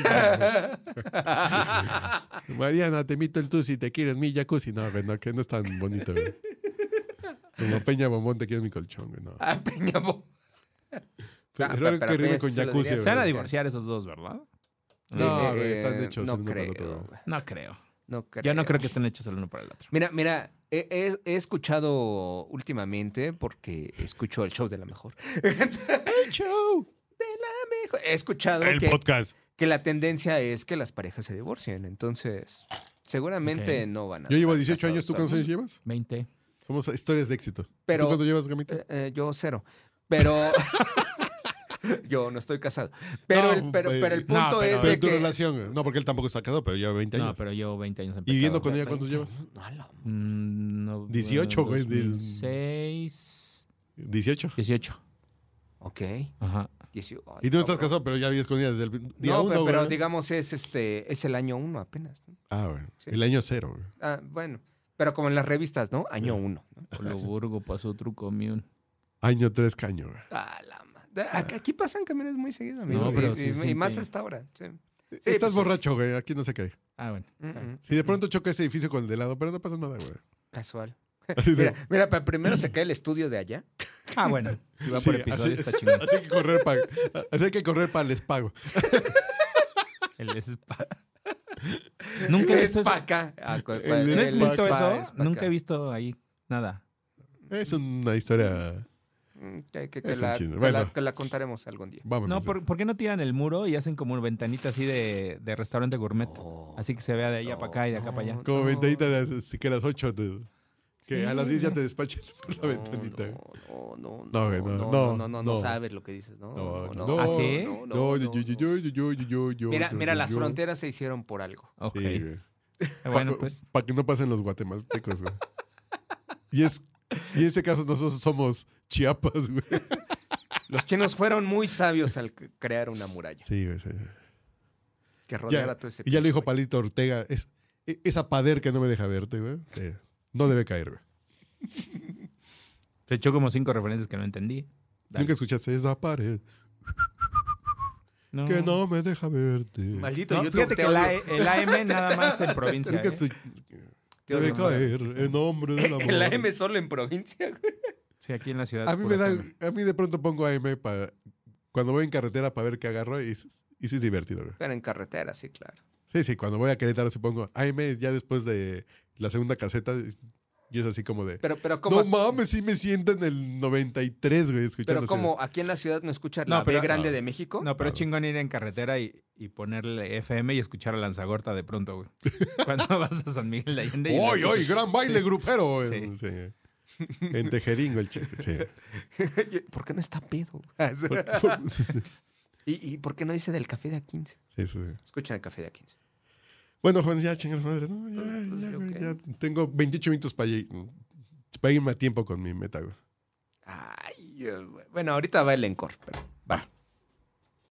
Speaker 2: Mariana, te invito el tusi, te quiero en mi jacuzzi. No, güey, no, que no es tan bonito, güey. Como Peña Bombón, te quiero en mi colchón, güey. No.
Speaker 3: Ah, Peñabo.
Speaker 2: Pero
Speaker 3: Ah,
Speaker 2: raro
Speaker 3: pero
Speaker 2: que rime
Speaker 3: Peña
Speaker 2: con
Speaker 3: sí se lo
Speaker 2: jacuzzi,
Speaker 3: diría.
Speaker 1: Se van a
Speaker 2: güey.
Speaker 1: divorciar esos dos, ¿verdad?
Speaker 2: No,
Speaker 3: Eh,
Speaker 2: güey,
Speaker 3: eh,
Speaker 2: están hechos
Speaker 3: no
Speaker 2: el uno para el
Speaker 3: creo,
Speaker 2: otro, güey.
Speaker 3: güey.
Speaker 1: No creo.
Speaker 3: No creo.
Speaker 1: Yo no creo que estén hechos el uno para el otro.
Speaker 3: Mira, mira, he, he- he escuchado últimamente, porque escucho el show de la mejor.
Speaker 2: ¡El show!
Speaker 3: Mejor. He escuchado
Speaker 2: El
Speaker 3: que,
Speaker 2: podcast.
Speaker 3: que la tendencia es que las parejas se divorcien. Entonces, seguramente
Speaker 1: Ok.
Speaker 3: no van a.
Speaker 2: Yo llevo
Speaker 3: estar
Speaker 2: dieciocho años,
Speaker 3: casados
Speaker 2: ¿tú
Speaker 3: todo el
Speaker 2: cuántos años
Speaker 3: mundo.
Speaker 2: llevas?
Speaker 1: veinte.
Speaker 2: Somos historias de éxito.
Speaker 3: Pero-
Speaker 2: ¿Tú cuánto llevas, Gamita?
Speaker 3: Eh, eh, yo cero. Pero. yo no estoy casado. Pero,
Speaker 2: No,
Speaker 3: el, pero,
Speaker 2: eh,
Speaker 3: pero el
Speaker 1: no,
Speaker 3: punto
Speaker 1: pero-
Speaker 3: es
Speaker 2: Pero
Speaker 3: de
Speaker 2: en tu
Speaker 3: que.
Speaker 2: relación, güey. No, porque él tampoco está casado, pero lleva veinte años.
Speaker 1: No, pero yo veinte años en
Speaker 2: ¿Y viviendo
Speaker 1: pecado.
Speaker 2: con ella cuántos llevas?
Speaker 3: No, a la-
Speaker 1: Mm, no,
Speaker 2: dieciocho, güey, del-
Speaker 1: dieciséis.
Speaker 2: dieciocho.
Speaker 1: dieciocho.
Speaker 3: Ok.
Speaker 1: Ajá.
Speaker 3: Diecio- ay,
Speaker 2: Y tú no estás
Speaker 3: cabrón.
Speaker 2: casado, pero ya vives con ella desde el día
Speaker 3: No,
Speaker 2: uno,
Speaker 3: pero, pero
Speaker 2: güey.
Speaker 3: digamos es este es el año uno apenas. ¿no?
Speaker 2: Ah, güey.
Speaker 3: Sí.
Speaker 2: El año cero, güey.
Speaker 3: Ah, bueno. Pero como en las revistas, ¿no? Año uno. ¿no?
Speaker 1: Lo burgo pasó otro comión.
Speaker 2: Año tres caño, güey.
Speaker 3: Ah, la ma- Aquí aquí pasan camiones muy seguidos, amigo.
Speaker 1: No, pero
Speaker 3: y,
Speaker 1: sí
Speaker 3: y- y
Speaker 1: siente-
Speaker 3: más hasta ahora. Sí. Sí,
Speaker 2: Estás
Speaker 3: pues,
Speaker 2: borracho, güey. Aquí no se cae.
Speaker 1: Ah, bueno.
Speaker 3: Mm, mm,
Speaker 2: Si de pronto choca ese edificio con el de lado, pero no pasa nada, güey.
Speaker 3: Casual.
Speaker 2: Así de-
Speaker 3: Mira, mira, pero primero se cae el estudio de allá.
Speaker 1: Ah, bueno. Si va
Speaker 2: Sí,
Speaker 1: por episodio,
Speaker 2: así,
Speaker 1: está chingón.
Speaker 2: así hay que correr para así hay que correr para les pago.
Speaker 1: El spa. Nunca he
Speaker 3: Es
Speaker 1: visto eso.
Speaker 3: pa' acá. Ah, cu-
Speaker 2: El-
Speaker 3: cu-
Speaker 1: ¿No has
Speaker 2: el
Speaker 1: visto
Speaker 3: spa
Speaker 1: eso?
Speaker 3: es pa'
Speaker 1: Nunca
Speaker 3: acá.
Speaker 1: he visto ahí nada.
Speaker 2: Es una historia...
Speaker 3: Mm, Que, que- que
Speaker 2: Es
Speaker 3: la,
Speaker 2: un chisme.
Speaker 3: que
Speaker 2: Bueno.
Speaker 3: la- que la contaremos algún día.
Speaker 2: Vamos.
Speaker 1: No, ¿por, por qué no tiran el muro y hacen como una ventanita así de, de restaurante gourmet?
Speaker 3: No,
Speaker 1: Así que se vea de allá
Speaker 3: no,
Speaker 1: para acá y de acá
Speaker 3: no,
Speaker 1: para allá.
Speaker 2: Como
Speaker 3: no.
Speaker 2: ventanita de así que a las ocho te- que
Speaker 1: Sí.
Speaker 2: a las diez ya te despachen por la
Speaker 3: No,
Speaker 2: ventanita.
Speaker 3: No, no, no,
Speaker 2: No, güey, no,
Speaker 3: no,
Speaker 2: no,
Speaker 3: no, no, no, no
Speaker 2: no.
Speaker 3: sabes lo que dices, no.
Speaker 2: No,
Speaker 3: No,
Speaker 2: no,
Speaker 3: no,
Speaker 1: ¿Ah, sí?
Speaker 3: no, no,
Speaker 2: No,
Speaker 3: no,
Speaker 2: yo, yo,
Speaker 3: no.
Speaker 2: yo, yo, yo, yo, yo,
Speaker 3: Mira,
Speaker 2: yo,
Speaker 3: mira,
Speaker 2: yo,
Speaker 3: las
Speaker 2: yo.
Speaker 3: fronteras se hicieron por algo.
Speaker 1: Ok.
Speaker 2: Sí, güey.
Speaker 1: Bueno, pues.
Speaker 2: Para que no pasen los guatemaltecos, güey. Y es y en este caso nosotros somos Chiapas, güey.
Speaker 3: Los chinos fueron muy sabios al c- crear una muralla
Speaker 2: Sí, güey. Sí.
Speaker 3: que rodeara
Speaker 2: Ya,
Speaker 3: todo ese
Speaker 2: y ya lo dijo
Speaker 3: pinche
Speaker 2: Palito Ortega. Es, e- esa pader que no me deja verte, güey. eh, no debe caer, güey.
Speaker 1: Se echó como cinco referencias que no entendí. Dale.
Speaker 2: Nunca escuchaste esa pared
Speaker 1: No.
Speaker 2: que no me deja verte.
Speaker 3: valle. Maldito
Speaker 1: No,
Speaker 3: YouTube,
Speaker 1: fíjate
Speaker 3: te
Speaker 1: que el,
Speaker 3: odio.
Speaker 1: A- el A M nada más en provincia.
Speaker 2: Nunca
Speaker 1: ¿eh?
Speaker 2: estoy-
Speaker 3: Te
Speaker 2: debe
Speaker 3: odio.
Speaker 2: caer en nombre del amor.
Speaker 3: El A M solo en provincia, güey.
Speaker 1: Sí, aquí en la ciudad.
Speaker 2: A mí
Speaker 1: pura
Speaker 2: me da,
Speaker 1: F M.
Speaker 2: a mí de pronto pongo A M para cuando voy en carretera para ver qué agarro y, es- y sí es divertido, güey.
Speaker 3: Pero en carretera, sí, claro.
Speaker 2: Sí, sí, cuando voy a Querétaro sí pongo A M ya después de la segunda caseta y es así como de
Speaker 3: Pero, pero como,
Speaker 2: no mames, sí me siento en el noventa y tres, güey, escuchando
Speaker 3: pero
Speaker 2: así
Speaker 3: como aquí en la ciudad no escuchas la
Speaker 1: No, pero-
Speaker 3: B grande
Speaker 2: no.
Speaker 3: de México.
Speaker 1: No, pero es
Speaker 2: Claro.
Speaker 1: chingón ir en carretera y, y ponerle F M y escuchar a Lanzagorta de pronto, güey. Cuando vas a San Miguel de Allende.
Speaker 2: de,
Speaker 1: y lo
Speaker 2: ¡Oy, oy!
Speaker 1: escuchas.
Speaker 2: ¡Gran baile
Speaker 1: Sí.
Speaker 2: grupero!
Speaker 1: Sí.
Speaker 2: En, sí. En Tejeringo el chico. Sí.
Speaker 3: ¿Por qué no está pedo?
Speaker 2: Por- por- sí,
Speaker 3: ¿Y, ¿Y por qué no dice del café de A quince?
Speaker 2: sí, sí.
Speaker 3: Escuchan el café de A quince.
Speaker 2: Bueno, jóvenes, ya chingas madre. No, ya,
Speaker 3: Pues,
Speaker 2: ya, güey,
Speaker 3: ok.
Speaker 2: ya tengo veintiocho minutos para, para irme a tiempo con mi meta, güey.
Speaker 3: Ay, eh, bueno, ahorita va el encore, pero va.